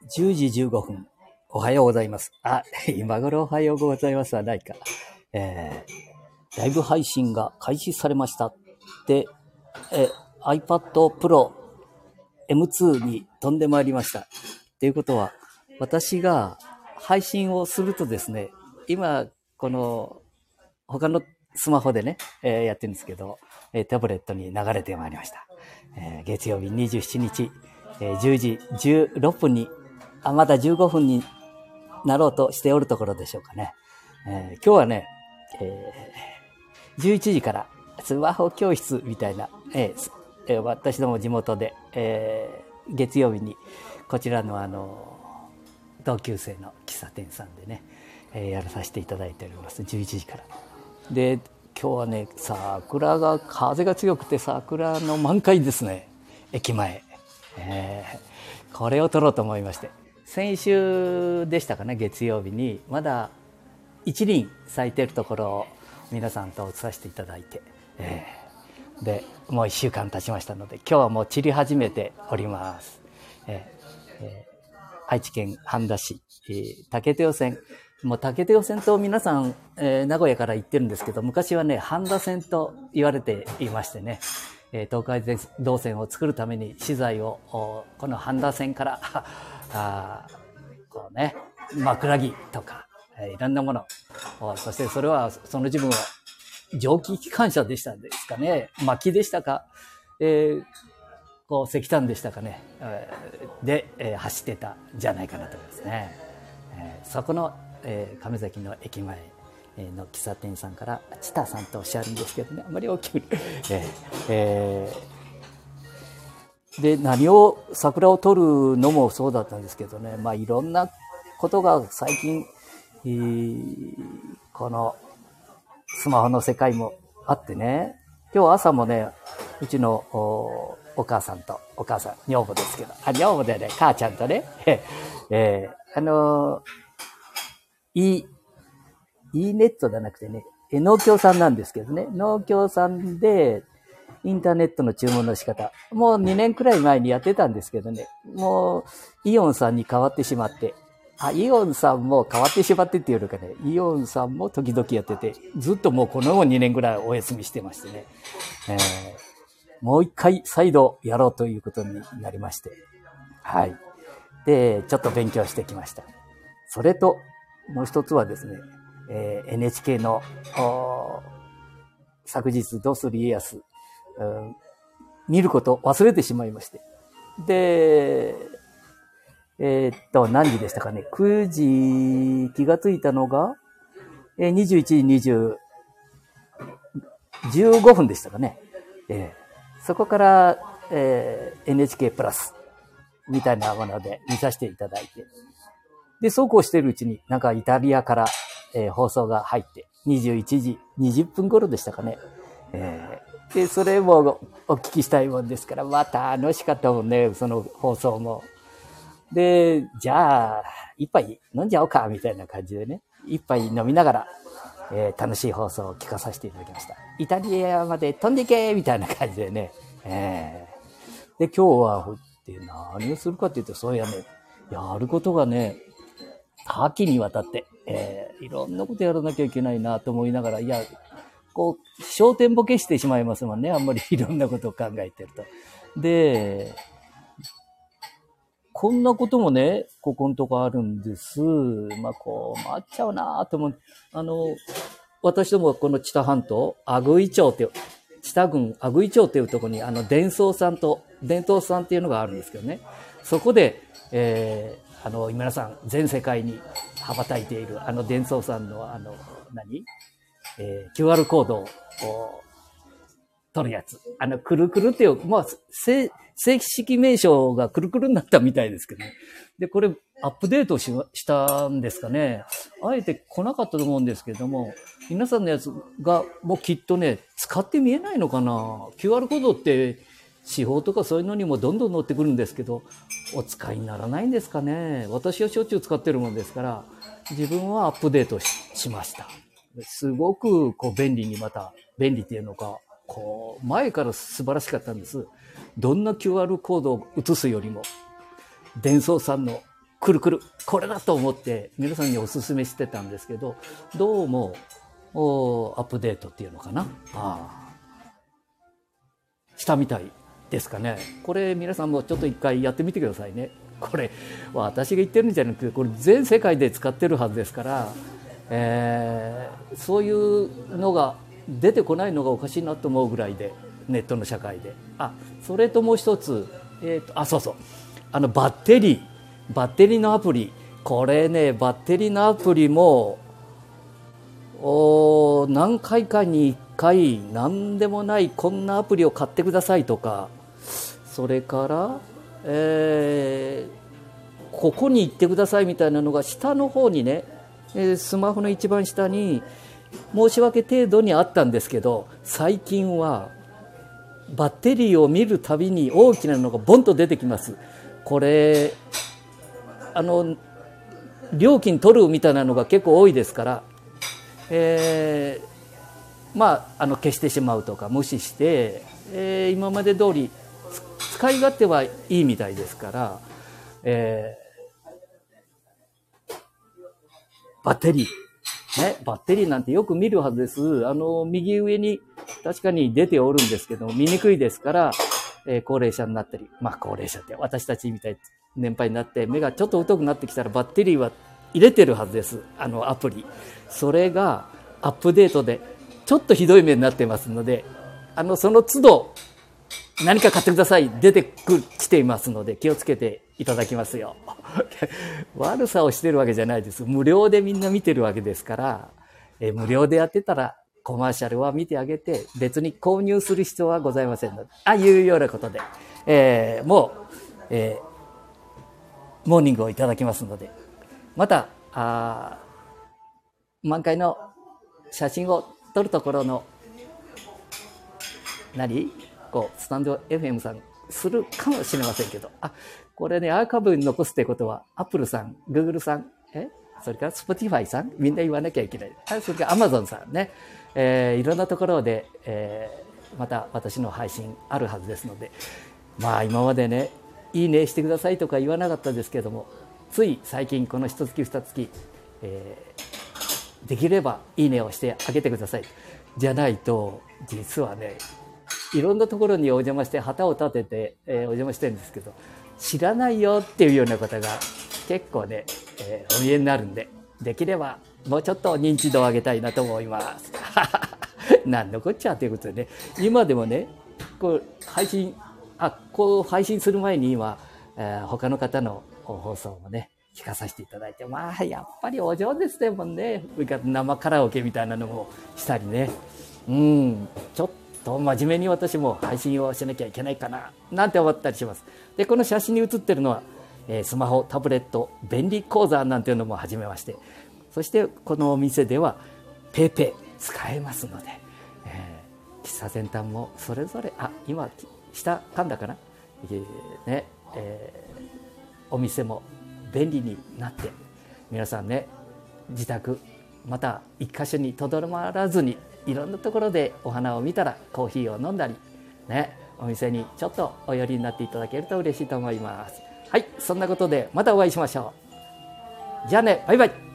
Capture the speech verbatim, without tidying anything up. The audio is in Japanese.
じゅうじじゅうごふん。おはようございます。あ、今頃おはようございますはないか。えー、ライブ配信が開始されました。で、えー、iPad Pro エムツー に飛んでまいりました。ということは、私が配信をするとですね、今、この、他のスマホでね、えー、やってるんですけど、えー、タブレットに流れてまいりました。えー、月曜日にじゅうしちにち、えー、じゅうじじゅうろっぷんに、あ、まだじゅうごふんになろうとしておるところでしょうかね。えー、今日はね、えー、じゅういちじからスマホ教室みたいな、えーえー、私ども地元で、えー、月曜日にこちらのあの同級生の喫茶店さんでね、えー、やらさせていただいております。じゅういちじから。で、今日はね、桜が、風が強くて桜の満開ですね。駅前。えー、これを撮ろうと思いまして。先週でしたかね、月曜日に、まだ一輪咲いてるところを皆さんと映させていただいて、えー、で、もう一週間経ちましたので、今日はもう散り始めております。えーえー愛知県半田市、えー、竹手尾線。もう竹手尾線と皆さん、えー、名古屋から行ってるんですけど、昔はね、半田線と言われていましてね、えー、東海道線を作るために資材を、この半田線からあこうね、枕木とか、えー、いろんなもの、そしてそれはその自分は蒸気機関車でしたんですかね、薪でしたか、えーこう石炭でしたかね、で、えー、走ってたんじゃないかなと思いますね。えー、そこの、えー、亀崎の駅前の喫茶店さんからチタさんとおっしゃるんですけどね、あまり大きく、えーえー、で何を桜を撮るのもそうだったんですけどね、まあいろんなことが最近、えー、このスマホの世界もあってね、今日朝もね、うちのおお母さんと、お母さん、女房ですけど、あ、女房でね、母ちゃんとね、えー、あのー、い、いネットじゃなくてね、農協さんなんですけどね、農協さんで、インターネットの注文の仕方、もうにねんくらい前にやってたんですけどね、もう、イオンさんに変わってしまって、あ、イオンさんも変わってしまってっていうのかね、イオンさんも時々やってて、ずっともうこの後にねんくらいお休みしてましてね、えーもう一回再度やろうということになりまして。はい。で、ちょっと勉強してきました。それと、もう一つはですね、えー、エヌエイチケー の、昨日、どうする家康、うん、見ること忘れてしまいまして。で、えー、っと、何時でしたかね。くじ、気がついたのが、えー、にじゅういちじにじゅう、じゅうごふんでしたかね。えーそこから、えー、エヌエイチケー プラスみたいなもので見させていただいて。で、そうこうしているうちに、なんかイタリアから、えー、放送が入って、にじゅういちじにじゅっぷん頃でしたかね。えー、で、それもお聞きしたいもんですから、また楽しかったもんね、その放送も。で、じゃあ、一杯飲んじゃおうか、みたいな感じでね、一杯飲みながら、えー、楽しい放送を聞かさせていただきました。イタリアまで飛んでいけみたいな感じでね。えー、で、今日はって何をするかっていうと、そうやね、やることがね、多岐にわたって、えー、いろんなことやらなきゃいけないなと思いながら、いや、こう、焦点ボケしてしまいますもんね。あんまりいろんなことを考えてると。で、こんなこともね、ここのとこあるんです。まあ、こう、回っちゃうなと思う。あの、私どもこの知多半島、阿久井町っていう、知多郡阿久井町っていうところに、あの、伝送さんと、伝統さんっていうのがあるんですけどね。そこで、えー、あの、皆さん、全世界に羽ばたいている、あの、伝送さんの、あの、何えー、キューアール コードを、取るやつ。あの、くるくるっていう、まあ、正式名称がくるくるになったみたいですけどね。で、これ、アップデートししたんですかね。あえて来なかったと思うんですけれども、皆さんのやつがもうきっとね、使って見えないのかな。キューアール コードって司法とかそういうのにもどんどん載ってくるんですけど、お使いにならないんですかね。私はしょっちゅう使ってるもんですから、自分はアップデート し, しました。すごくこう便利にまた、便利っていうのか、こう前から素晴らしかったんです。どんな キューアール コードを写すよりも、伝送さんのくるくる、これだと思って皆さんにお勧めしてたんですけど、どうもおアップデートっていうのかな、あしたみたいですかね。これ皆さんもちょっと一回やってみてくださいね。これ私が言ってるんじゃなくて、これ全世界で使ってるはずですから、えー、そういうのが出てこないのがおかしいなと思うぐらいで、ネットの社会で。あ、それともう一つ、えーと、あ、そうそう、あのバッテリーバッテリーのアプリ、これね、バッテリーのアプリもお何回かにいっかい、何でもないこんなアプリを買ってくださいとか、それから、えー、ここに行ってくださいみたいなのが下の方にね、えー、スマホの一番下に申し訳程度にあったんですけど、最近はバッテリーを見るたびに大きなのがボンと出てきます。これあの料金取るみたいなのが結構多いですから、えー、まああの消してしまうとか無視して、えー、今まで通り使い勝手はいいみたいですから、えー、バッテリーね、バッテリーなんてよく見るはずです。あの右上に確かに出ておるんですけど、見にくいですから、えー、高齢者になったり、まあ高齢者って私たちみたい年配になって目がちょっと疎くなってきたらバッテリーは入れてるはずです。あのアプリ、それがアップデートでちょっとひどい目になってますので、あのその都度何か買ってください出てきていますので、気をつけていただきますよ。悪さをしてるわけじゃないです。無料でみんな見てるわけですから、え無料でやってたらコマーシャルは見てあげて、別に購入する必要はございませんので、あいうようなことで、えー、もう、えー、モーニングをいただきますので、またあ満開の写真を撮るところの何こうスタンド エフエム さんするかもしれませんけど、あ、これね、アーカイブに残すってことは、アップルさん、グーグルさん、えそれから Spotify さん、みんな言わなきゃいけない。あ、それから Amazon さんね、えー、いろんなところで、えー、また私の配信あるはずですので、まあ今までね、いいねしてくださいとか言わなかったですけども、つい最近この一月二月、えー、できればいいねをしてあげてください。じゃないと、実はね、いろんなところにお邪魔して旗を立てて、えー、お邪魔してるんですけど、知らないよっていうような方が結構ね、えー、お見えになるんで、できればもうちょっと認知度を上げたいなと思います。なんのこっちゃということでね、今でもね、こう配信、あ、こう配信する前に今、えー、他の方の放送もね、聞かさせていただいて、まあやっぱりお上手ですねもんね。生カラオケみたいなのもしたりね、うん、ちょっとと真面目に私も配信をしなきゃいけないかななんて思ったりします。で、この写真に写ってるのは、えー、スマホ、タブレット便利講座なんていうのも始めまして、そしてこのお店ではペイペイ使えますので、えー、喫茶先端もそれぞれ、あ、今下噛んだかな、えーねえー、お店も便利になって、皆さんね、自宅また一箇所にとどまらずに、いろんなところでお花を見たらコーヒーを飲んだりね、お店にちょっとお寄りになっていただけると嬉しいと思います。はい、そんなことでまたお会いしましょう。じゃあね、バイバイ。